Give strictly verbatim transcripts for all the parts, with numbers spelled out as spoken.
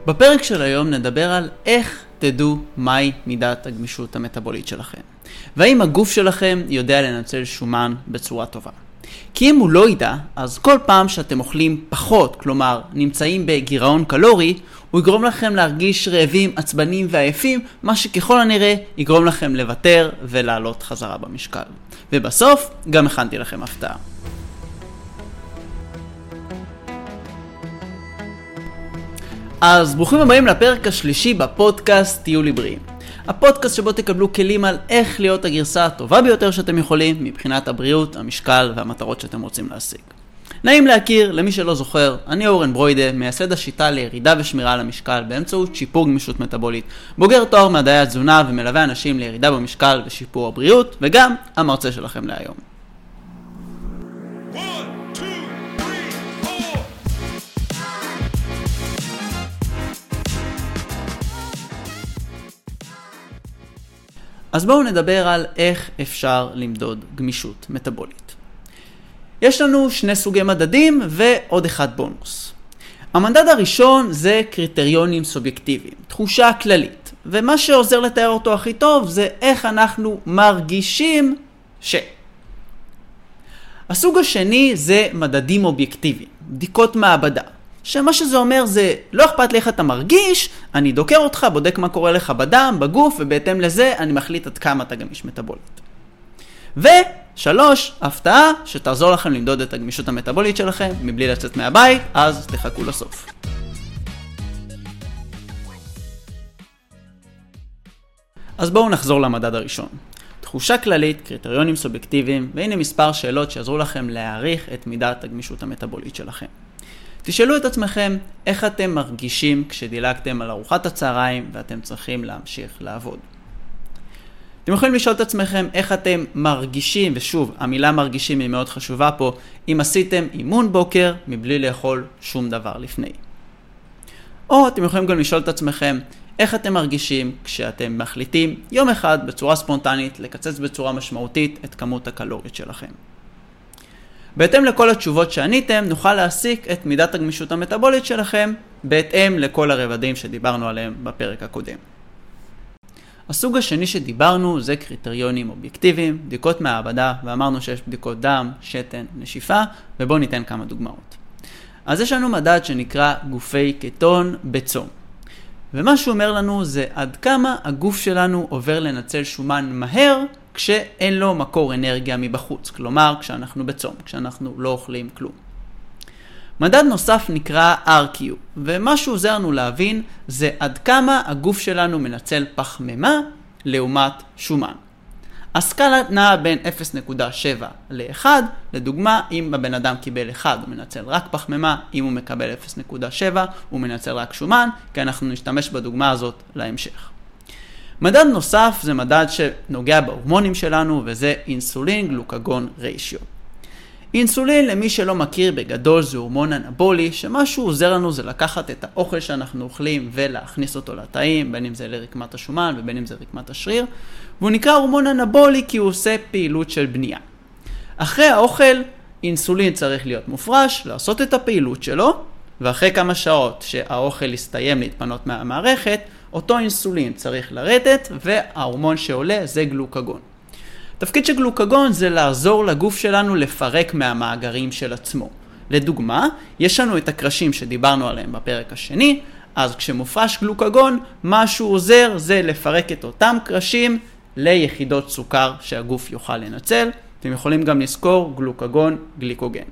בפרק של היום נדבר על איך תדעו מהי מידת הגמישות המטאבולית שלכם. והאם הגוף שלכם יודע לנצל שומן בצורה טובה. כי אם הוא לא ידע, אז כל פעם שאתם אוכלים פחות, כלומר נמצאים בגירעון קלורי, הוא יגרום לכם להרגיש רעבים, עצבנים ועייפים, מה שככל הנראה יגרום לכם לוותר ולעלות חזרה במשקל. ובסוף גם הכנתי לכם הפתעה. אז ברוכים הבאים לפרק השלישי בפודקאסט תהיו לי בריאים. הפודקאסט שבו תקבלו כלים על איך להיות הגרסה הטובה ביותר שאתם יכולים מבחינת הבריאות, המשקל והמטרות שאתם רוצים להשיג. נעים להכיר, למי שלא זוכר, אני אורן ברוידה, מייסד השיטה לירידה ושמירה על המשקל באמצעות שיפור גמישות מטאבולית, בוגר תואר מדעי התזונה ומלווה אנשים לירידה במשקל ושיפור הבריאות, וגם המרצה שלכם להיום. אז בואו נדבר על איך אפשר למדוד גמישות מטאבולית. יש לנו שני סוגי מדדים ועוד אחד בונוס. המדד הראשון זה קריטריונים סובייקטיביים, תחושה כללית. ומה שעוזר לתאר אותו הכי טוב זה איך אנחנו מרגישים ש... הסוג השני זה מדדים אובייקטיביים, בדיקות מעבדה. שמה שזה אומר זה, לא אכפת לי איך אתה מרגיש, אני דוקר אותך, בודק מה קורה לך בדם, בגוף, ובהתאם לזה אני מחליט עד כמה אתה גמיש מטאבולית. ושלוש, הפתעה שתעזור לכם למדוד את הגמישות המטאבולית שלכם, מבלי לצאת מהבית, אז תחכו לסוף. אז בואו נחזור למדד הראשון. תחושה כללית, קריטריונים סובייקטיביים, והנה מספר שאלות שיעזרו לכם להעריך את מידת הגמישות המטאבולית שלכם. תשאלו את עצמכם איך אתם מרגישים כשדילגתם על ארוחת הצהריים ואתם צריכים להמשיך לעבוד. אתם יכולים לשאול את עצמכם איך אתם מרגישים, ושוב, המילה מרגישים היא מאוד חשובה פה, אם עשיתם אימון בוקר מבלי לאכול שום דבר לפני. או אתם יכולים גם לשאול את עצמכם איך אתם מרגישים כשאתם מחליטים יום אחד בצורה ספונטנית לקצץ בצורה משמעותית את כמות הקלוריות שלכם. בהתאם לכל התשובות שעניתם, נוכל להסיק את מידת הגמישות המטאבולית שלכם, בהתאם לכל הרבדים שדיברנו עליהם בפרק הקודם. הסוג השני שדיברנו זה קריטריונים אובייקטיביים, בדיקות מעבדה, ואמרנו שיש בדיקות דם, שתן, נשיפה, ובואו ניתן כמה דוגמאות. אז יש לנו מדד שנקרא גופי קטון בצום. ומה שהוא אומר לנו זה עד כמה הגוף שלנו עובר לנצל שומן מהר, כשאין לו מקור אנרגיה מבחוץ, כלומר כשאנחנו בצום, כשאנחנו לא אוכלים כלום. מדד נוסף נקרא אר קיו, ומה שהוא עוזר לנו להבין זה עד כמה הגוף שלנו מנצל פחמימה לעומת שומן. הסקאלה נעה בין אפס נקודה שבע ל-אחד, לדוגמה אם הבן אדם קיבל אחד הוא מנצל רק פחמימה, אם הוא מקבל אפס נקודה שבע הוא מנצל רק שומן, כי אנחנו נשתמש בדוגמה הזאת להמשך. מדד נוסף זה מדד שנוגע בהורמונים שלנו וזה אינסולין גלוקגון ריישיו. אינסולין למי שלא מכיר בגדול זה הורמון אנבולי שמה שהוא עוזר לנו זה לקחת את האוכל שאנחנו אוכלים ולהכניס אותו לתאים, בין אם זה לרקמת השומן ובין אם זה רקמת השריר, והוא נקרא הורמון אנבולי כי הוא עושה פעילות של בנייה. אחרי האוכל אינסולין צריך להיות מופרש, לעשות את הפעילות שלו, ואחרי כמה שעות שהאוכל יסתיים להתפנות מהמערכת, אותו אינסולין צריך לרדת, וההורמון שעולה זה גלוקגון. תפקיד של גלוקגון זה לעזור לגוף שלנו לפרק מהמאגרים של עצמו. לדוגמה, יש לנו את הקרשים שדיברנו עליהם בפרק השני, אז כשמופרש גלוקגון, מה שהוא עוזר זה לפרק את אותם קרשים ליחידות סוכר שהגוף יוכל לנצל. אתם יכולים גם לזכור גלוקגון גליקוגן.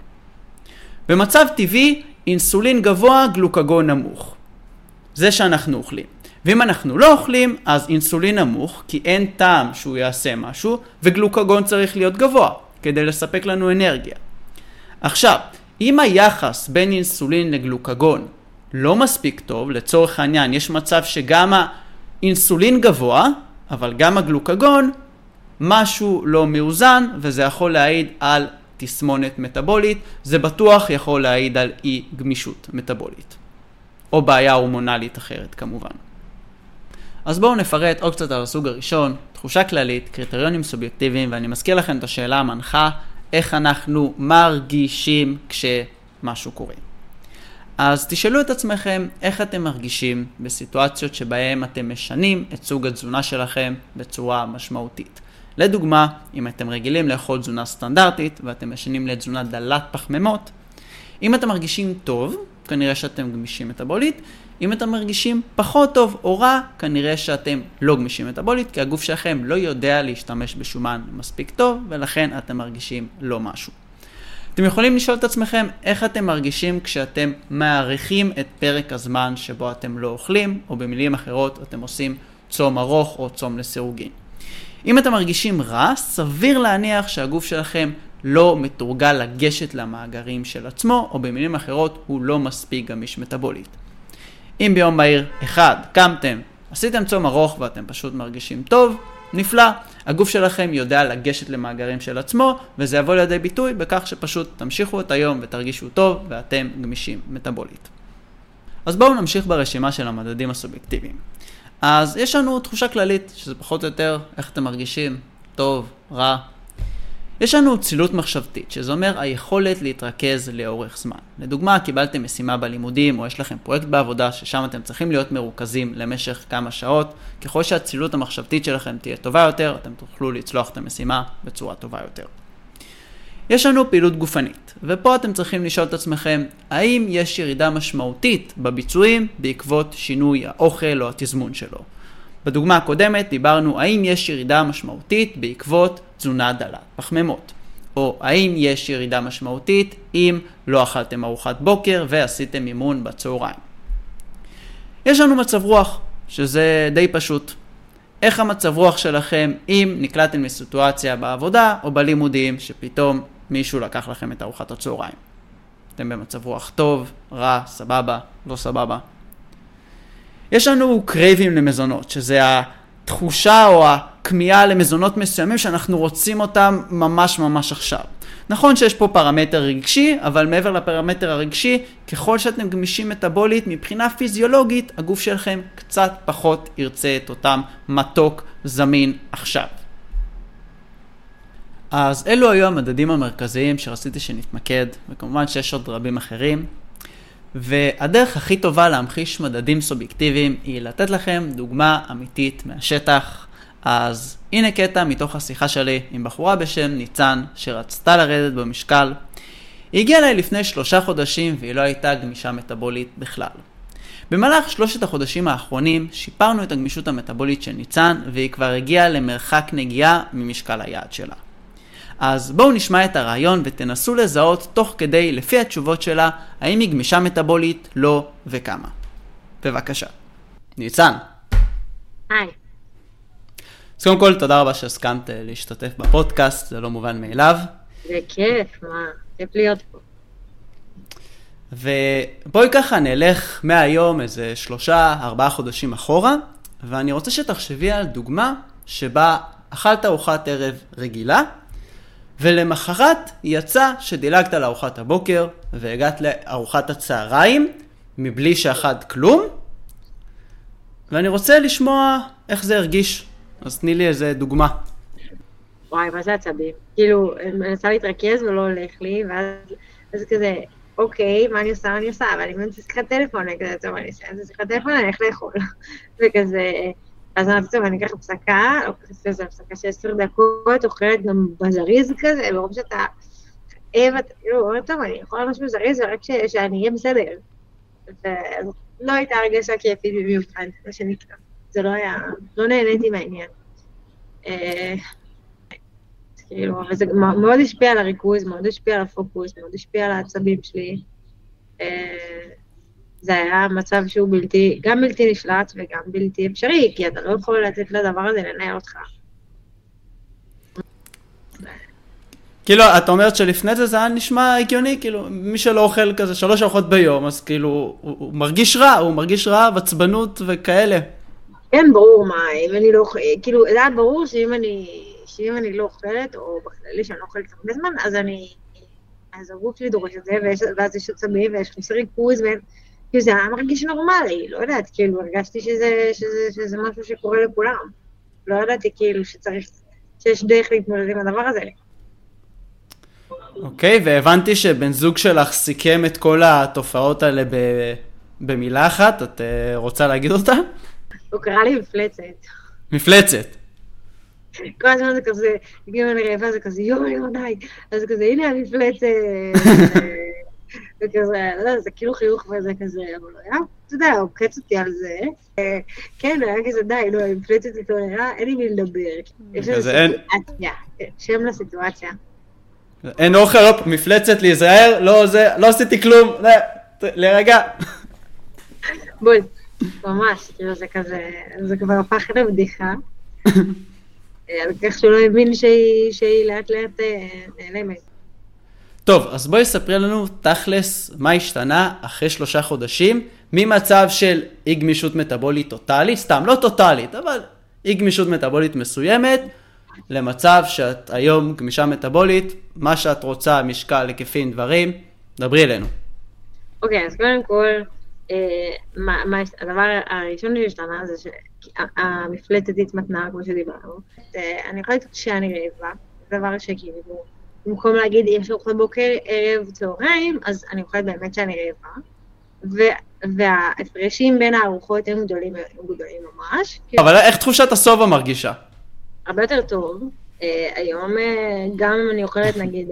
במצב טבעי, אינסולין גבוה, גלוקגון נמוך. זה שאנחנו אוכלים. ואם אנחנו לא אוכלים, אז אינסולין נמוך, כי אין טעם שהוא יעשה משהו, וגלוקגון צריך להיות גבוה, כדי לספק לנו אנרגיה. עכשיו, אם היחס בין אינסולין לגלוקגון לא מספיק טוב, לצורך העניין, יש מצב שגם האינסולין גבוה, אבל גם הגלוקגון, משהו לא מאוזן, וזה יכול להעיד על תסמונת מטאבולית, זה בטוח יכול להעיד על אי גמישות מטאבולית. או בעיה הורמונלית אחרת כמובן. אז בואו נפרט עוד קצת על הסוג הראשון, תחושה כללית, קריטריונים סובייקטיביים, ואני מזכיר לכם את השאלה המנחה, איך אנחנו מרגישים כשמשהו קורה. אז תשאלו את עצמכם איך אתם מרגישים בסיטואציות שבהם אתם משנים את סוג התזונה שלכם בצורה משמעותית. לדוגמה, אם אתם רגילים לאכול תזונה סטנדרטית ואתם משנים לתזונה דלת פחמימות, אם אתם מרגישים טוב, כנראה שאתם גמישים מטאבולית. אם אתם מרגישים פחות טוב או רע, כנראה שאתם לא גמישים מטאבולית, כי הגוף שלכם לא יודע להשתמש בשומן מספיק טוב, ולכן אתם מרגישים לא משהו. אתם יכולים לשאול את עצמכם איך אתם מרגישים כשאתם מעריכים את פרק הזמן שבו אתם לא אוכלים, או במילים אחרות אתם עושים צום ארוך או צום לסירוגין. אם אתם מרגישים רע, סביר להניח שהגוף שלכם לא מתורגל לגשת למאגרים של עצמו, או במילים אחרות הוא לא מספיק גמיש מטאבולית. אם ביום בהיר אחד קמתם, עשיתם צום ארוך ואתם פשוט מרגישים טוב, נפלא. הגוף שלכם יודע לגשת למאגרים של עצמו, וזה יבוא לידי ביטוי בכך שפשוט תמשיכו את היום ותרגישו טוב ואתם גמישים מטאבולית. אז בואו נמשיך ברשימה של המדדים הסובייקטיביים. אז יש לנו תחושה כללית, שזה פחות או יותר איך אתם מרגישים, טוב, רע. יש לנו צילות מחשבתית, שזה אומר היכולת להתרכז לאורך זמן. לדוגמה, קיבלתם משימה בלימודים, או יש לכם פרויקט בעבודה ששם אתם צריכים להיות מרוכזים למשך כמה שעות. ככל שהצילות המחשבתית שלכם תהיה טובה יותר, אתם תוכלו לצלוח את המשימה בצורה טובה יותר. יש לנו פעילות גופנית, ופה אתם צריכים לשאול את עצמכם, האם יש ירידה משמעותית בביצועים בעקבות שינוי האוכל או התזמון שלו. בדוגמה הקודמת דיברנו האם יש ירידה משמעותית בעקבות תזונה דלת פחמימות, או האם יש ירידה משמעותית אם לא אכלתם ארוחת בוקר ועשיתם אימון בצהריים. יש לנו מצב רוח, שזה די פשוט. איך המצב רוח שלכם אם נקלעתם לסיטואציה בעבודה או בלימודים שפתאום מישהו לקח לכם את ארוחת הצהריים? אתם במצב רוח טוב, רע, סבבה, לא סבבה. יש לנו קרייבים למזונות, שזה התחושה או הכמיהה למזונות מסוימים שאנחנו רוצים אותם ממש ממש עכשיו. נכון שיש פה פרמטר רגשי, אבל מעבר לפרמטר הרגשי, ככל שאתם גמישים מטאבולית, מבחינה פיזיולוגית, הגוף שלכם קצת פחות ירצה את אותם מתוק זמין עכשיו. אז אלו היו המדדים המרכזיים שרציתי שנתמקד, וכמובן שיש עוד רבים אחרים. והדרך הכי טובה להמחיש מדדים סובייקטיביים היא לתת לכם דוגמה אמיתית מהשטח. אז הנה קטע מתוך השיחה שלי עם בחורה בשם ניצן שרצתה לרדת במשקל. היא הגיעה אליי לפני שלושה חודשים והיא לא הייתה גמישה מטאבולית בכלל. במהלך שלושת החודשים האחרונים שיפרנו את הגמישות המטאבולית של ניצן והיא כבר הגיעה למרחק נגיעה ממשקל היעד שלה. אז בואו נשמע את הרעיון ותנסו לזהות תוך כדי לפי התשובות שלה האם היא גמישה מטאבולית, לא וכמה. בבקשה. ניצן. היי. אז קודם כל תודה רבה שהסכמת להשתתף בפודקאסט, זה לא מובן מאליו. זה כיף, מה? כיף להיות פה. ובואי ככה נלך מהיום איזה שלושה, ארבעה חודשים אחורה, ואני רוצה שתחשבי על דוגמה שבה אכלת ארוחת ערב רגילה, ולמחרת יצא שדילגת לארוחת הבוקר והגעת לארוחת הצהריים מבלי שאכלת כלום, ואני רוצה לשמוע איך זה הרגיש. אז תני לי איזה דוגמה. וואי, מה זה עצבים? כאילו, אני מנסה להתרכז ולא הולך לי, ואז אז כזה, אוקיי, מה אני עושה, מה אני עושה? אבל אני מנסה שיחת טלפון, אני כזה, טוב, אני עושה שיחת טלפון, אני הולך לאכול. וכזה, אז אני חושבת, אני אקח הפסקה, אוכלת איזה הפסקה של עשר דקות, אוכלת גם בזריז כזה, ברוב שאתה אוהב, כאילו, אומרת, טוב, אני יכולה משהו בזריז, רק שאני אהיה בסדר. לא הייתה הרגשה כיפית במיוחד, מה שנקרא. זה לא היה, לא נהניתי מהעניין. כאילו, אבל זה מאוד השפיע על הריכוז, מאוד השפיע על הפוקוס, מאוד השפיע על העצבים שלי. זה היה מצב שהוא בלתי, גם בלתי נשלט וגם בלתי אפשרי, כי אתה לא יכול לתת לדבר הזה לנהל אותך. כאילו, את אומרת שלפני זה זה היה נשמע הגיוני, כאילו, מי שלא אוכל כזה שלוש ארוחות ביום, אז כאילו, הוא, הוא מרגיש רע, הוא מרגיש רע, עצבנות וכאלה. כן, ברור מה, אם אני לא אוכלת, כאילו, זה היה ברור שאם אני, שאם אני לא אוכלת, או בכללי שאני לא אוכלת הרבה זמן, אז אני, אז הגוף שלי דורש את זה, ואז יש עצבים, ויש חוסר ריכוז, כאילו זה היה מרגיש נורמלי, לא יודעת, כאילו הרגשתי שזה, שזה, שזה משהו שקורה לכולם. לא ידעתי כאילו שצריך, שיש דרך להתמודד עם הדבר הזה. אוקיי, והבנתי שבן זוג שלך סיכם את כל התופעות האלה ב... במילה אחת, את uh, רוצה להגיד אותה? הוא קרא לי מפלצת. מפלצת. כל הזמן זה כזה, אם אני רעבה זה כזה, יואו, יואו, די. אז כזה, הנה המפלצת. וכזה, לא, זה כאילו חיוך וזה כזה, אבל לא היה, אתה יודע, הוא קץ אותי על זה. כן, היה כזה, די, לא, המפלצת התעוררה, אין לי מי לדבר. יש איזו סיטואציה, שם לסיטואציה. אין אוכל, לא, מפלצת להיזהר, לא זה, לא עשיתי כלום, להירגע. בול, ממש, כאילו זה כזה, זה כבר הפך לבדיחה. על כך שהוא לא הבין שהיא לאט לאט נעלמת. טוב, אז בואי ספרי לנו תכלס מה השתנה אחרי שלושה חודשים, ממצב של אי גמישות מטאבולית טוטלית, סתם לא טוטלית, אבל אי גמישות מטאבולית מסוימת, למצב שאת היום גמישה מטאבולית, מה שאת רוצה, משקל, היקפים, דברים, דברי אלינו. אוקיי, אז קודם כל, הדבר הראשון שהשתנה זה שהמפלצת התמתנה, כמו שדיברנו. אני יכולה להגיד שאני רעבה, זה דבר שכאילו, במקום להגיד יש ארוחת בוקר, ערב, צהריים, אז אני יכולה באמת שאני רעבה. וההפרשים בין הארוחות הם גדולים, הם גדולים ממש. אבל איך תחושת הסובה מרגישה? הרבה יותר טוב. היום גם אם אני אוכלת נגיד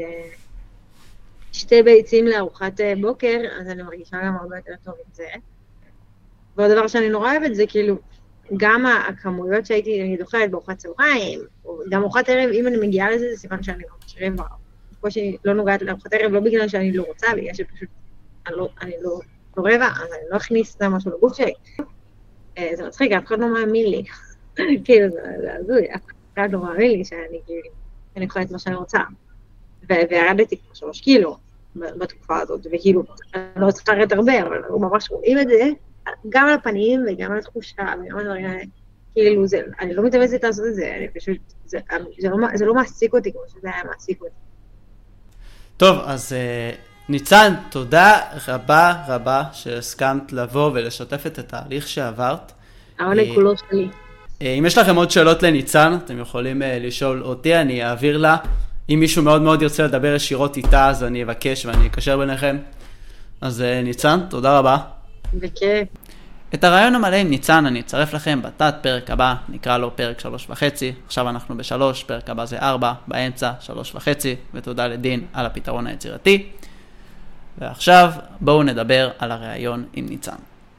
שתי ביצים לארוחת בוקר, אז אני מרגישה גם הרבה יותר טוב עם זה. ועוד דבר שאני נורא אוהבת זה כאילו, גם הכמויות שהייתי נגיד אוכלת בארוחת צהריים, או גם ארוחת ערב, אם אני מגיעה לזה, זה סימן שאני ממש רעבה. כמו שהיא לא נוגעת לארוחת ערב, לא בגלל שאני לא רוצה, בגלל שפשוט אני לא, אני לא, לא רעבה, אז אני לא אכניס את משהו לגוף שלי. זה מצחיק, אף אחד לא מאמין לי. כאילו, זה הזוי, אף אחד לא מאמין לי שאני כאילו, אני אוכלת מה שאני רוצה. וירדתי כבר שלוש קילו בתקופה הזאת, וכאילו, אני לא צריכה לרדת הרבה, אבל אנחנו ממש רואים את זה, גם על הפנים וגם על התחושה, וגם על דברים האלה, כאילו, זה, אני לא מתאמצת לעשות את זה, אני פשוט, זה, זה, לא, זה לא מעסיק אותי כמו שזה היה מעסיק אותי. טוב, אז ניצן, תודה רבה רבה שהסכמת לבוא ולשתף את התהליך שעברת. העונג כולו שלי. אם יש לכם עוד שאלות לניצן, אתם יכולים לשאול אותי, אני אעביר לה. אם מישהו מאוד מאוד ירצה לדבר ישירות איתה, אז אני אבקש ואני אקשר ביניכם. אז ניצן, תודה רבה. בכיף. את הרעיון המלא עם ניצן אני אצרף לכם בתת פרק הבא, נקרא לו פרק שלוש וחצי. עכשיו אנחנו בשלוש, פרק הבא זה ארבע, באמצע שלוש וחצי, ותודה לדין על הפתרון היצירתי. ועכשיו בואו נדבר על הרעיון עם ניצן.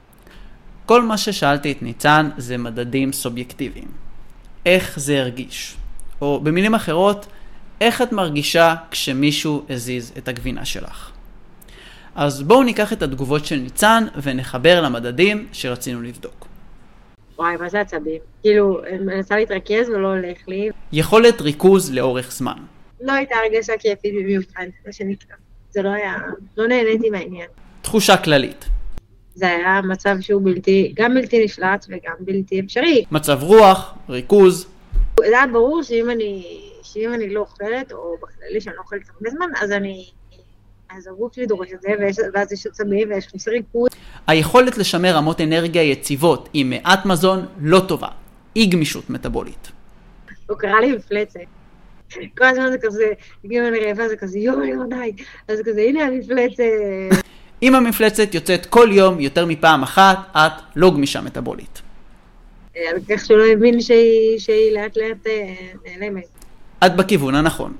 כל מה ששאלתי את ניצן זה מדדים סובייקטיביים. איך זה הרגיש? או במילים אחרות, איך את מרגישה כשמישהו הזיז את הגבינה שלך? אז בואו ניקח את התגובות של ניצן ונחבר למדדים שרצינו לבדוק. וואי, מה זה עצבים? כאילו, אני מנסה להתרכז ולא הולך לי. יכולת ריכוז לאורך זמן. לא הייתה הרגשה כיפית במיוחד, מה שנקרא. זה לא היה, לא נהניתי מהעניין. תחושה כללית. זה היה מצב שהוא בלתי, גם בלתי נשלט וגם בלתי אפשרי. מצב רוח, ריכוז. זה היה ברור שאם אני, שאם אני לא אוכלת, או בכללי שאני לא אוכלת הרבה זמן, אז אני, אז הגוף שלי דורש את זה, ואז יש עצבים ויש חוסר ריכוז. היכולת לשמר רמות אנרגיה יציבות עם מעט מזון לא טובה. אי גמישות מטאבולית. הוא קרא לי מפלצת. כל הזמן זה כזה, אם אני רעבה זה כזה, יואו, יואו, די. אז זה כזה, הנה המפלצת. אם המפלצת יוצאת כל יום יותר מפעם אחת, את לא גמישה מטאבולית. על כך שהוא לא הבין שהיא לאט לאט נעלמת. את בכיוון הנכון.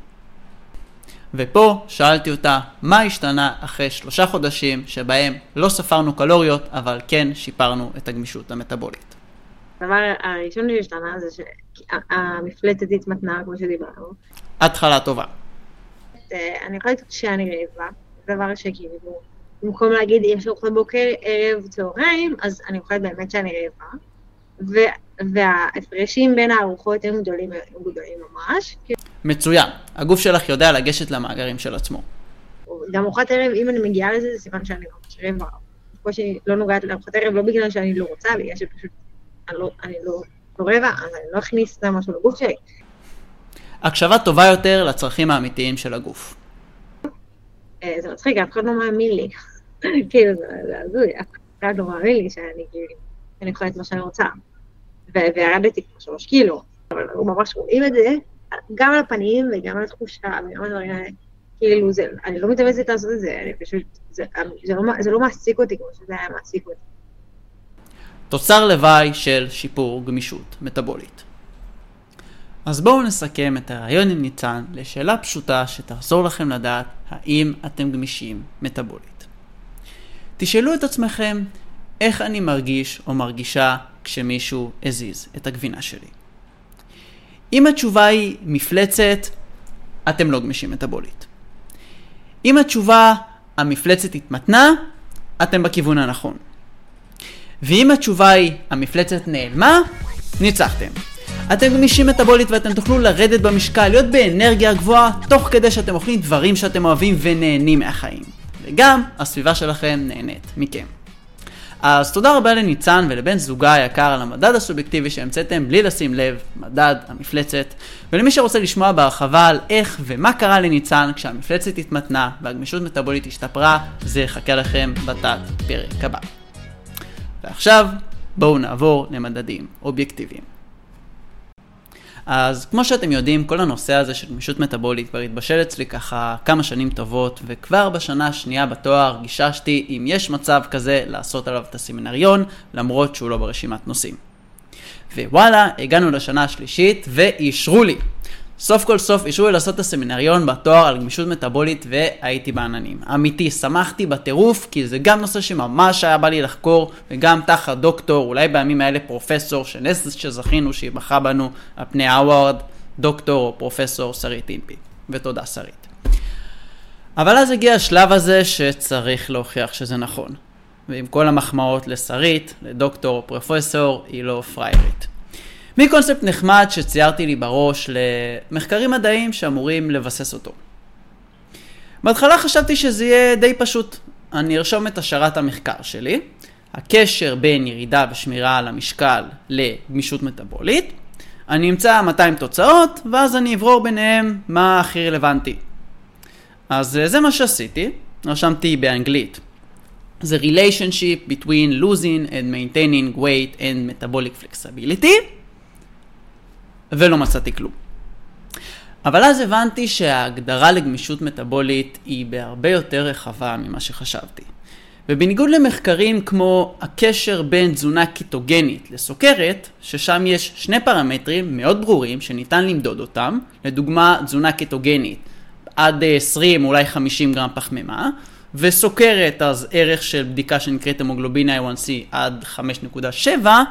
ופה שאלתי אותה מה השתנה אחרי שלושה חודשים שבהם לא ספרנו קלוריות, אבל כן שיפרנו את הגמישות המטאבולית. הדבר הראשון שהשתנה זה שהמפלצת התמתנה, כמו שדיברנו. התחלה טובה. אני יכולה להגיד שאני רעבה, זה דבר שכאילו, במקום להגיד יש ארוחת בוקר, ערב, צהריים, אז אני יכולה באמת שאני רעבה. וההפרשים בין הארוחות הם גדולים, הם גדולים ממש. מצוין. הגוף שלך יודע לגשת למאגרים של עצמו. גם ארוחת ערב, אם אני מגיעה לזה, זה סימן שאני ממש רעבה. כמו שהיא לא נוגעת לארוחת ערב, לא בגלל שאני לא רוצה, בגלל שפשוט אני לא, אני לא, לא רעבה, אז אני לא אכניס את משהו לגוף שלי. הקשבה טובה יותר לצרכים האמיתיים של הגוף. זה מצחיק, אף אחד לא מאמין לי. כאילו, זה הזוי, אף אחד לא מאמין לי שאני כאילו, אני אוכלת מה שאני רוצה. וירדתי כבר שלוש קילו, אבל אנחנו ממש רואים את זה, גם על הפנים וגם על התחושה וגם על דברים האלה. כאילו, זה, אני לא מתאמצת לעשות את זה, אני פשוט, זה, זה, לא, זה לא מעסיק אותי כמו שזה היה מעסיק אותי. תוצר לוואי של שיפור גמישות מטאבולית. אז בואו נסכם את הרעיון עם ניצן לשאלה פשוטה שתעזור לכם לדעת האם אתם גמישים מטאבולית. תשאלו את עצמכם איך אני מרגיש או מרגישה כשמישהו הזיז את הגבינה שלי. אם התשובה היא מפלצת, אתם לא גמישים מטאבולית. אם התשובה המפלצת התמתנה, אתם בכיוון הנכון. ואם התשובה היא המפלצת נעלמה, ניצחתם. אתם גמישים מטאבולית ואתם תוכלו לרדת במשקל, להיות באנרגיה גבוהה, תוך כדי שאתם אוכלים דברים שאתם אוהבים ונהנים מהחיים. וגם הסביבה שלכם נהנית מכם. אז תודה רבה לניצן ולבן זוגה היקר על המדד הסובייקטיבי שהמצאתם בלי לשים לב, מדד המפלצת. ולמי שרוצה לשמוע בהרחבה על איך ומה קרה לניצן כשהמפלצת התמתנה והגמישות מטאבולית השתפרה, זה יחכה לכם בתת פרק הבא. ועכשיו בואו נעבור למדדים אובייקטיביים. אז כמו שאתם יודעים, כל הנושא הזה של גמישות מטאבולית כבר התבשל אצלי ככה כמה שנים טובות, וכבר בשנה השנייה בתואר גיששתי אם יש מצב כזה לעשות עליו את הסמינריון, למרות שהוא לא ברשימת נושאים. ווואלה, הגענו לשנה השלישית ואישרו לי. סוף כל סוף אישרו לי לעשות את הסמינריון בתואר על גמישות מטאבולית והייתי בעננים. אמיתי, שמחתי בטירוף, כי זה גם נושא שממש היה בא לי לחקור, וגם תחת דוקטור, אולי בימים האלה פרופסור, שנס שזכינו שהיא בחה בנו על פני האוורד, דוקטור או פרופסור שרית אינפי. ותודה שרית. אבל אז הגיע השלב הזה שצריך להוכיח שזה נכון. ועם כל המחמאות לשרית, לדוקטור או פרופסור, היא לא פריירית. מקונספט נחמד שציירתי לי בראש למחקרים מדעיים שאמורים לבסס אותו. בהתחלה חשבתי שזה יהיה די פשוט. אני ארשום את השערת המחקר שלי, הקשר בין ירידה ושמירה על המשקל לגמישות מטאבולית, אני אמצא מאתיים תוצאות, ואז אני אברור ביניהם מה הכי רלוונטי. אז זה מה שעשיתי, רשמתי באנגלית. The relationship between losing and maintaining weight and metabolic flexibility, ולא מצאתי כלום. אבל אז הבנתי שההגדרה לגמישות מטאבולית היא בהרבה יותר רחבה ממה שחשבתי. ובניגוד למחקרים כמו הקשר בין תזונה קיטוגנית לסוכרת, ששם יש שני פרמטרים מאוד ברורים שניתן למדוד אותם, לדוגמה תזונה קיטוגנית עד עשרים אולי חמישים גרם פחמימה, וסוכרת אז ערך של בדיקה שנקראת המוגלובין איי וואן סי עד חמש נקודה שבע,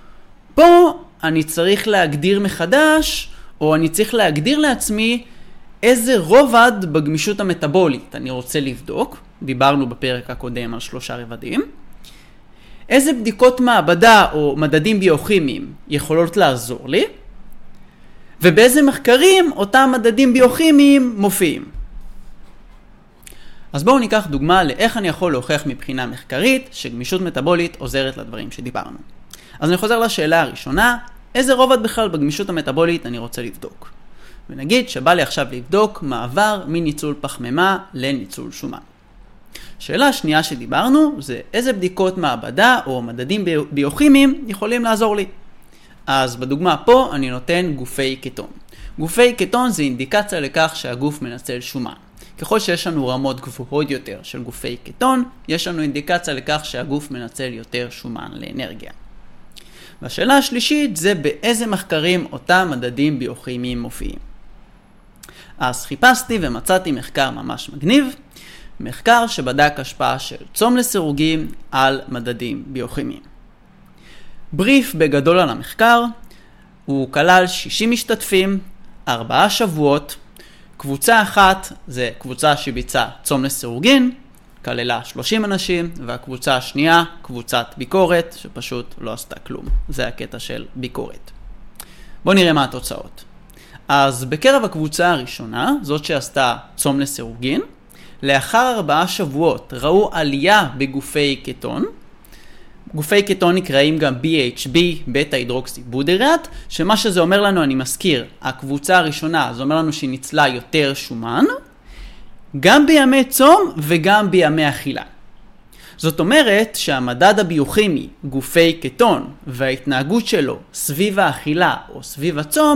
פה אני צריך להגדיר מחדש, או אני צריך להגדיר לעצמי איזה רובד בגמישות המטאבולית אני רוצה לבדוק. דיברנו בפרק הקודם על שלושה רבדים. איזה בדיקות מעבדה או מדדים ביוכימיים יכולות לעזור לי, ובאיזה מחקרים אותם מדדים ביוכימיים מופיעים. אז בואו ניקח דוגמה לאיך אני יכול להוכיח מבחינה מחקרית שגמישות מטאבולית עוזרת לדברים שדיברנו. אז אני חוזר לשאלה הראשונה, איזה רובד בכלל בגמישות המטאבולית אני רוצה לבדוק? ונגיד שבא לי עכשיו לבדוק מעבר מניצול פחמימה לניצול שומן. שאלה השנייה שדיברנו זה איזה בדיקות מעבדה או מדדים ביוכימיים יכולים לעזור לי. אז בדוגמה פה אני נותן גופי קטון. גופי קטון זה אינדיקציה לכך שהגוף מנצל שומן. ככל שיש לנו רמות גבוהות יותר של גופי קטון, יש לנו אינדיקציה לכך שהגוף מנצל יותר שומן לאנרגיה. והשאלה השלישית זה באיזה מחקרים אותם מדדים ביוכימיים מופיעים. אז חיפשתי ומצאתי מחקר ממש מגניב, מחקר שבדק השפעה של צום לסירוגין על מדדים ביוכימיים. בריף בגדול על המחקר, הוא כלל שישים משתתפים, ארבעה שבועות, קבוצה אחת זה קבוצה שביצעה צום לסירוגין, כללה שלושים אנשים, והקבוצה השנייה, קבוצת ביקורת, שפשוט לא עשתה כלום. זה הקטע של ביקורת. בואו נראה מה התוצאות. אז בקרב הקבוצה הראשונה, זאת שעשתה צום לסירוגין, לאחר ארבעה שבועות ראו עלייה בגופי קטון. גופי קטון נקראים גם בי אייץ' בי, בטא הידרוקסי בודהידרט, שמה שזה אומר לנו, אני מזכיר, הקבוצה הראשונה, זה אומר לנו שהיא ניצלה יותר שומן, גם בימי צום וגם בימי אכילה. זאת אומרת שהמדד הביוכימי, גופי קטון, וההתנהגות שלו סביב האכילה או סביב הצום,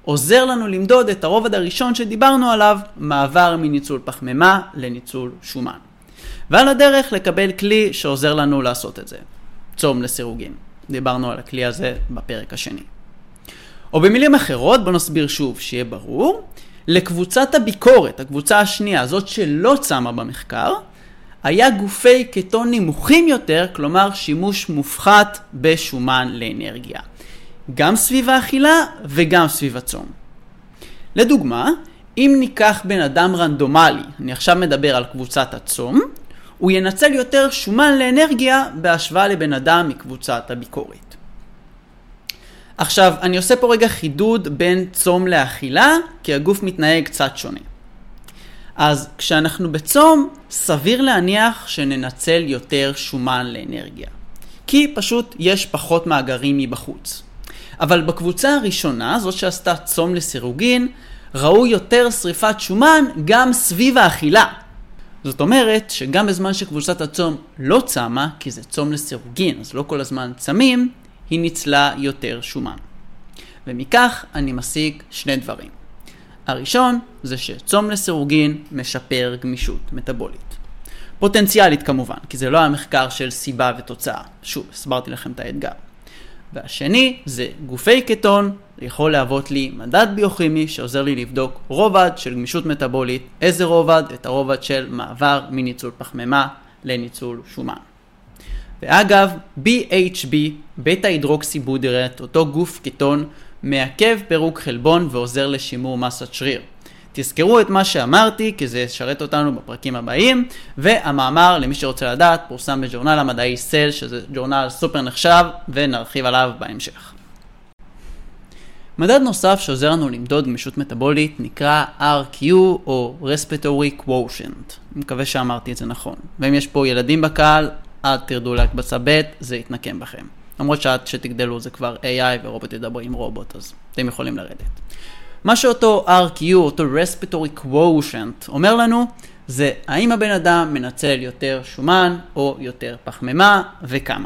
עוזר לנו למדוד את הרובד הראשון שדיברנו עליו, מעבר מניצול פחמימה לניצול שומן. ועל הדרך לקבל כלי שעוזר לנו לעשות את זה, צום לסירוגין. דיברנו על הכלי הזה בפרק השני. או במילים אחרות, בוא נסביר שוב שיהיה ברור, לקבוצת הביקורת, הקבוצה השנייה, זאת שלא צמה במחקר, היה גופי קטון נמוכים יותר, כלומר שימוש מופחת בשומן לאנרגיה. גם סביב האכילה וגם סביב הצום. לדוגמה, אם ניקח בן אדם רנדומלי, אני עכשיו מדבר על קבוצת הצום, הוא ינצל יותר שומן לאנרגיה בהשוואה לבן אדם מקבוצת הביקורת. עכשיו, אני עושה פה רגע חידוד בין צום לאכילה, כי הגוף מתנהג קצת שונה. אז כשאנחנו בצום, סביר להניח שננצל יותר שומן לאנרגיה. כי פשוט יש פחות מאגרים מבחוץ. אבל בקבוצה הראשונה, זאת שעשתה צום לסירוגין, ראו יותר שריפת שומן גם סביב האכילה. זאת אומרת שגם בזמן שקבוצת הצום לא צמה, כי זה צום לסירוגין, אז לא כל הזמן צמים, היא ניצלה יותר שומן. ומכך אני משיג שני דברים. הראשון זה שצום לסירוגין משפר גמישות מטאבולית. פוטנציאלית כמובן, כי זה לא המחקר של סיבה ותוצאה. שוב, הסברתי לכם את האתגר. והשני זה גופי קטון, יכול להוות לי מדד ביוכימי שעוזר לי לבדוק רובד של גמישות מטאבולית. איזה רובד? את הרובד של מעבר מניצול פחמימה לניצול שומן. ואגב, בי אייץ' בי, בטא הידרוקסיבוטירט, אותו גוף קטון, מעכב פירוק חלבון ועוזר לשימור מסת שריר. תזכרו את מה שאמרתי, כי זה ישרת אותנו בפרקים הבאים, והמאמר, למי שרוצה לדעת, פורסם בג'ורנל המדעי סל, שזה ג'ורנל סופר נחשב, ונרחיב עליו בהמשך. מדד נוסף שעוזר לנו למדוד גמישות מטאבולית נקרא אר קיו או Respiratory Quotient. אני מקווה שאמרתי את זה נכון. ואם יש פה ילדים בקהל, עד תרדו להקבצה ב', זה יתנקם בכם. למרות שעד שתגדלו זה כבר איי איי ורובוט ידבר עם רובוט, אז אתם יכולים לרדת. מה שאותו אר קיו, אותו Respiratory Quotient, אומר לנו, זה האם הבן אדם מנצל יותר שומן או יותר פחמימה וכמה.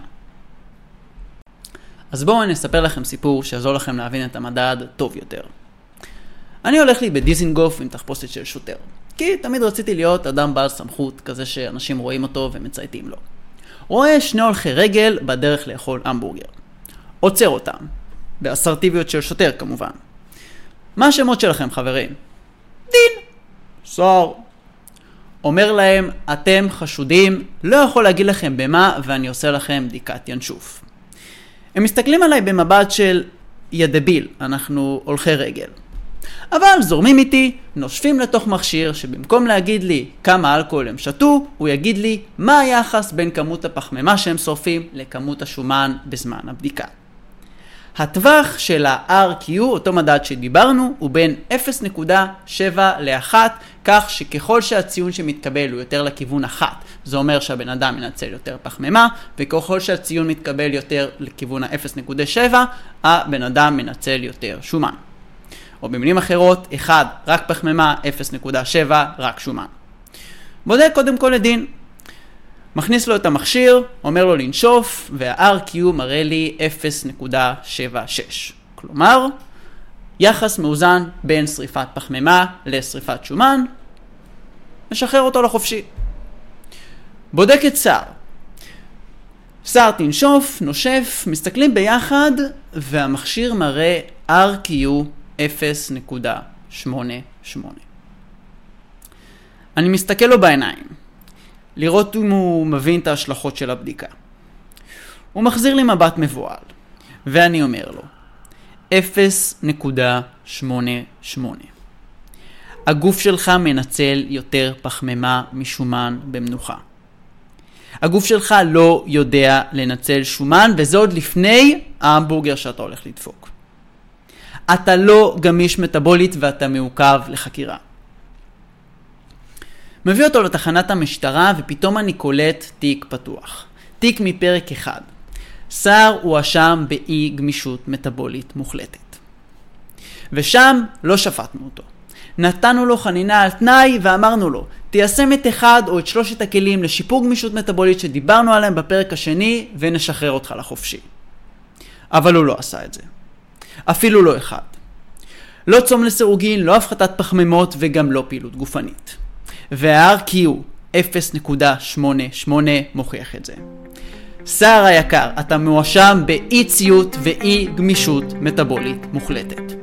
אז בואו אני אספר לכם סיפור שיעזור לכם להבין את המדד טוב יותר. אני הולך לי בדיזינגוף עם תחפושת של שוטר, כי תמיד רציתי להיות אדם בעל סמכות, כזה שאנשים רואים אותו ומצייתים לו. רואה שני הולכי רגל בדרך לאכול המבורגר. עוצר אותם, באסרטיביות של שוטר כמובן. מה השמות שלכם חברים? דין. סור. אומר להם, אתם חשודים, לא יכול להגיד לכם במה ואני עושה לכם בדיקת ינשוף. הם מסתכלים עליי במבט של ידביל, אנחנו הולכי רגל. אבל זורמים איתי, נושפים לתוך מכשיר שבמקום להגיד לי כמה אלכוהול הם שתו, הוא יגיד לי מה היחס בין כמות הפחמימה שהם שורפים לכמות השומן בזמן הבדיקה. הטווח של ה-אר קיו, אותו מדד שדיברנו, הוא בין אפס נקודה שבע ל-אחת, כך שככל שהציון שמתקבל הוא יותר לכיוון אחת, זה אומר שהבן אדם מנצל יותר פחמימה, וככל שהציון מתקבל יותר לכיוון ה-אפס נקודה שבע, הבן אדם מנצל יותר שומן. או במילים אחרות, אחד רק פחמימה, אפס נקודה שבע רק שומן. בודק קודם כל לדין. מכניס לו את המכשיר, אומר לו לנשוף, וה-אר קיו מראה לי אפס נקודה שבע שש. כלומר, יחס מאוזן בין שריפת פחמימה לשריפת שומן, משחרר אותו לחופשי. בודק את שר. שר תנשוף, נושף, מסתכלים ביחד, והמכשיר מראה אר קיו אפס נקודה שמונה שמונה. אני מסתכל לו בעיניים, לראות אם הוא מבין את ההשלכות של הבדיקה. הוא מחזיר לי מבט מבועל, ואני אומר לו, אפס נקודה שמונה שמונה. הגוף שלך מנצל יותר פחמימה משומן במנוחה. הגוף שלך לא יודע לנצל שומן, וזה עוד לפני ההמבורגר שאתה הולך לדפוק. אתה לא גמיש מטאבולית ואתה מעוכב לחקירה. מביא אותו לתחנת המשטרה ופתאום אני קולט תיק פתוח. תיק מפרק אחד. שר הואשם באי גמישות מטאבולית מוחלטת. ושם לא שפטנו אותו. נתנו לו חנינה על תנאי ואמרנו לו, תיישם את אחד או את שלושת הכלים לשיפור גמישות מטאבולית שדיברנו עליהם בפרק השני ונשחרר אותך לחופשי. אבל הוא לא עשה את זה. אפילו לא אחד. לא צום לסירוגין, לא הפחתת פחמימות וגם לא פעילות גופנית. וה-אר קיו אפס נקודה שמונים ושמונה מוכיח את זה. סער היקר, אתה מואשם באי ציות ואי גמישות מטאבולית מוחלטת.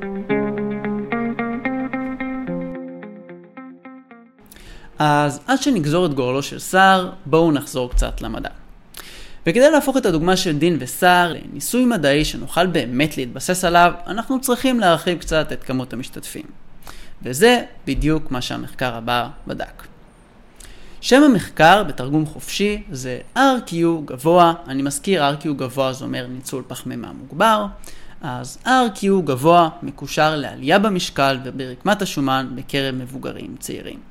אז עד שנגזור את גורלו של סער, בואו נחזור קצת למדע. וכדי להפוך את הדוגמה של דין וסער לניסוי מדעי שנוכל באמת להתבסס עליו, אנחנו צריכים להרחיב קצת את כמות המשתתפים. וזה בדיוק מה שהמחקר הבא בדק. שם המחקר בתרגום חופשי זה אר קיו גבוה. אני מזכיר, אר קיו גבוה זה אומר ניצול פחמימה מוגבר. אז אר קיו גבוה מקושר לעלייה במשקל וברקמת השומן בקרב מבוגרים צעירים.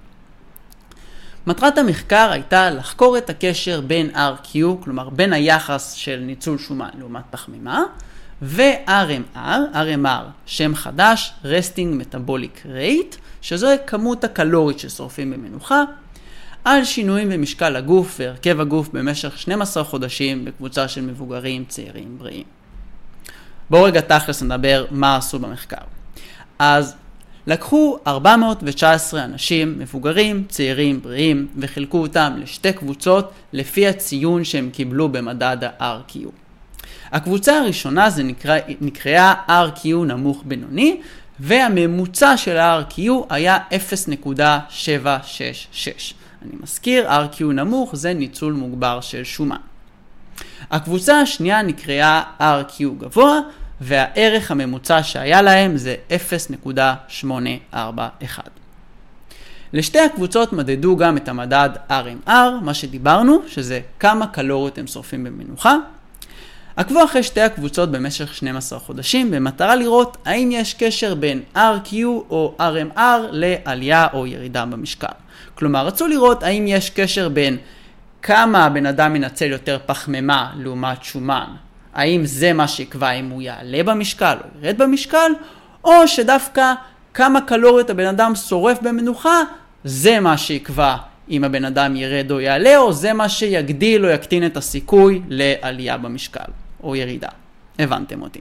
מטרת המחקר הייתה לחקור את הקשר בין אר קיו, כלומר בין היחס של ניצול שומן לעומת פחמימה, ו-אר אם אר, אר אם אר שם חדש, Resting Metabolic Rate, שזו כמות הקלורית ששורפים במנוחה, על שינויים במשקל הגוף והרכב הגוף במשך שנים עשר חודשים בקבוצה של מבוגרים צעירים בריאים. בואו רגע תכלס נדבר מה עשו במחקר. אז לקחו ארבע מאות תשע עשרה אנשים מבוגרים צעירים בריאים וחילקו אותם לשתי קבוצות לפי הציון שהם קיבלו במדד ה-אר קיו. הקבוצה הראשונה זה נקרא, נקראה אר קיו נמוך בינוני, והממוצע של ה-אר קיו היה אפס נקודה שבע שש שש. אני מזכיר, אר קיו נמוך זה ניצול מוגבר של שומן. הקבוצה השנייה נקראה אר קיו גבוה, והערך הממוצע שהיה להם זה אפס נקודה שמונה ארבע אחת. לשתי הקבוצות מדדו גם את המדד אר אם אר, מה שדיברנו, שזה כמה קלוריות הם שורפים במנוחה. עקבו אחרי שתי הקבוצות במשך שנים עשר חודשים, במטרה לראות האם יש קשר בין אר קיו או אר אם אר לעלייה או ירידה במשקל. כלומר, רצו לראות האם יש קשר בין כמה הבן אדם מנצל יותר פחמימה לעומת שומן. האם זה מה שיקבע אם הוא יעלה במשקל או ירד במשקל, או שדווקא כמה קלוריות הבן אדם שורף במנוחה, זה מה שיקבע אם הבן אדם ירד או יעלה, או זה מה שיגדיל או יקטין את הסיכוי לעלייה במשקל או ירידה. הבנתם אותי.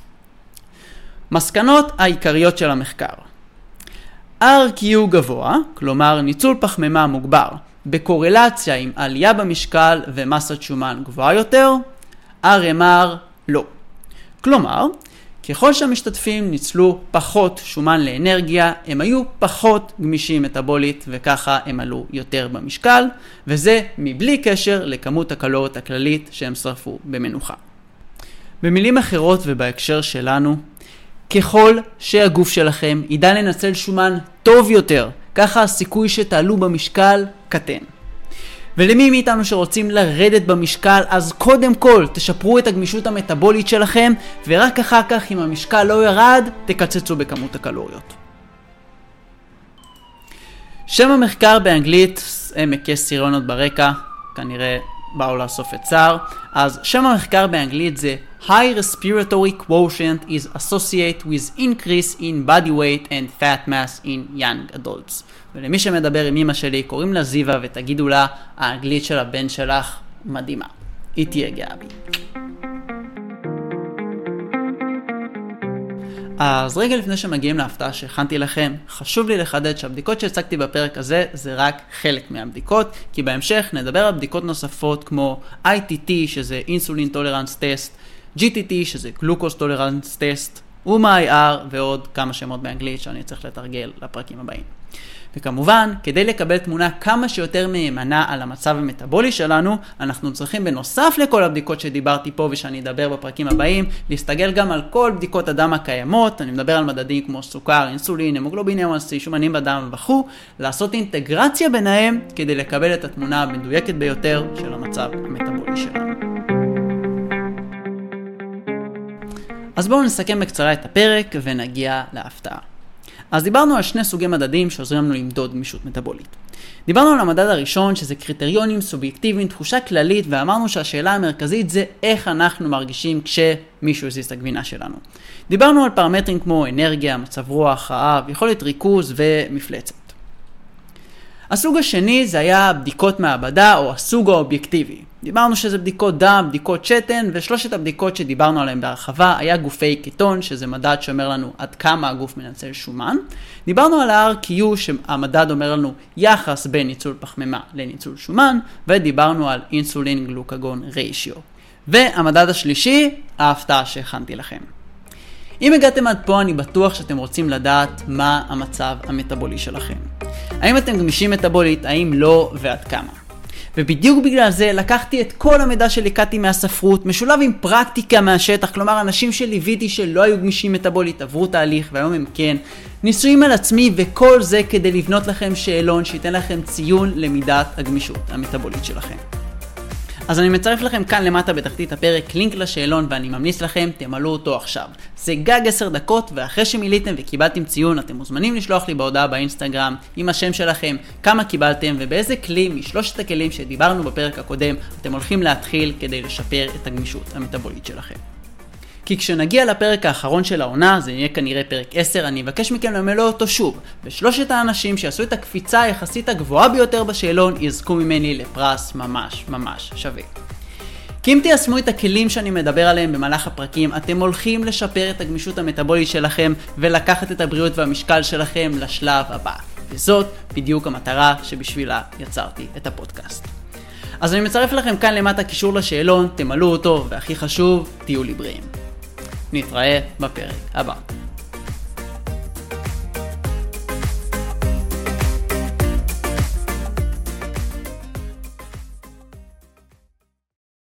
מסקנות העיקריות של המחקר. אר קיו גבוה, כלומר ניצול פחמימה מוגבר, בקורלציה עם עלייה במשקל ומסת שומן גבוהה יותר, אר אם אר לא. כלומר, ככל שהמשתתפים ניצלו פחות שומן לאנרגיה, הם היו פחות גמישים מטאבולית וככה הם עלו יותר במשקל, וזה מבלי קשר לכמות הקלוריות הכללית שהם שרפו במנוחה. במילים אחרות ובהקשר שלנו, ככל שהגוף שלכם ידע לנצל שומן טוב יותר, ככה הסיכוי שתעלו במשקל קטן. ולמי מאיתנו שרוצים לרדת במשקל, אז קודם כל תשפרו את הגמישות המטאבולית שלכם, ורק אחר כך אם המשקל לא ירד, תקצצו בכמות הקלוריות. שם המחקר באנגלית, עמק סירונות ברקע, כנראה באו לאסוף את סער, אז שם המחקר באנגלית זה High respiratory quotient is associated with increase in body weight and fat mass in young adults. ולמי שמדבר עם אמא שלי, קוראים לה זיווה, ותגידו לה, האנגלית של הבן שלך מדהימה. היא תהיה גאה בי. אז רגע לפני שמגיעים להפתעה שהכנתי לכם, חשוב לי לחדד שהבדיקות שהצגתי בפרק הזה זה רק חלק מהבדיקות, כי בהמשך נדבר על בדיקות נוספות כמו איי טי טי שזה Insulin Tolerance Test, ג'י טי טי שזה Glucose Tolerance Test, אומה איי אר ועוד כמה שמות באנגלית שאני צריך לתרגל לפרקים הבאים. וכמובן, כדי לקבל תמונה כמה שיותר מהימנה על המצב המטאבולי שלנו, אנחנו צריכים בנוסף לכל הבדיקות שדיברתי פה ושאני אדבר בפרקים הבאים, להסתגל גם על כל בדיקות הדם הקיימות, אני מדבר על מדדים כמו סוכר, אינסולין, המוגלובין איי וואן סי, שומנים בדם וכו', לעשות אינטגרציה ביניהם כדי לקבל את התמונה המדויקת ביותר של המצב המטאבולי שלנו. אז בואו נסכם בקצרה את הפרק ונגיע להפתעה. אז דיברנו על שני סוגי מדדים שעוזרים לנו למדוד גמישות מטאבולית. דיברנו על המדד הראשון שזה קריטריונים סובייקטיביים, תחושה כללית, ואמרנו שהשאלה המרכזית זה איך אנחנו מרגישים כשמישהו הזיז את הגבינה שלנו. דיברנו על פרמטרים כמו אנרגיה, מצב רוח, רעב, יכולת ריכוז ומפלצת. הסוג השני זה היה בדיקות מעבדה או הסוג האובייקטיבי. דיברנו שזה בדיקות דם, בדיקות שתן, ושלושת הבדיקות שדיברנו עליהן בהרחבה היה גופי קטון, שזה מדד שאומר לנו עד כמה הגוף מנצל שומן. דיברנו על ה-אר קיו, שהמדד אומר לנו יחס בין ניצול פחמימה לניצול שומן, ודיברנו על אינסולין גלוקגון ריישיו. והמדד השלישי, ההפתעה שהכנתי לכם. אם הגעתם עד פה, אני בטוח שאתם רוצים לדעת מה המצב המטאבולי שלכם. האם אתם גמישים מטאבולית, האם לא ועד כמה. ובדיוק בגלל זה לקחתי את כל המידע שליקטתי מהספרות, משולב עם פרקטיקה מהשטח, כלומר אנשים שליוויתי שלא היו גמישים מטאבולית עברו תהליך והיום הם כן, ניסויים על עצמי, וכל זה כדי לבנות לכם שאלון שייתן לכם ציון למידת הגמישות המטאבולית שלכם. אז אני מצרף לכם כאן למטה בתחתית הפרק לינק לשאלון, ואני ממליץ לכם, תמלאו אותו עכשיו. זה גג עשר דקות, ואחרי שמיליתם וקיבלתם ציון, אתם מוזמנים לשלוח לי בהודעה באינסטגרם עם השם שלכם, כמה קיבלתם ובאיזה כלי משלושת הכלים שדיברנו בפרק הקודם, אתם הולכים להתחיל כדי לשפר את הגמישות המטאבולית שלכם. כי כשנגיע לפרק האחרון של העונה, זה יהיה כנראה פרק עשר, אני אבקש מכם למלא אותו שוב, ושלושת האנשים שעשו את הקפיצה היחסית הגבוהה ביותר בשאלון יזכו ממני לפרס ממש ממש שווה. כי אם תיישמו את הכלים שאני מדבר עליהם במהלך הפרקים, אתם הולכים לשפר את הגמישות המטאבולית שלכם ולקחת את הבריאות והמשקל שלכם לשלב הבא. וזאת בדיוק המטרה שבשבילה יצרתי את הפודקאסט. אז אני מצרף לכם כאן למטה קישור לשאלון, תמלאו אותו, והכי חשוב, תהיו לי בריאים. נתראה בפרק הבא.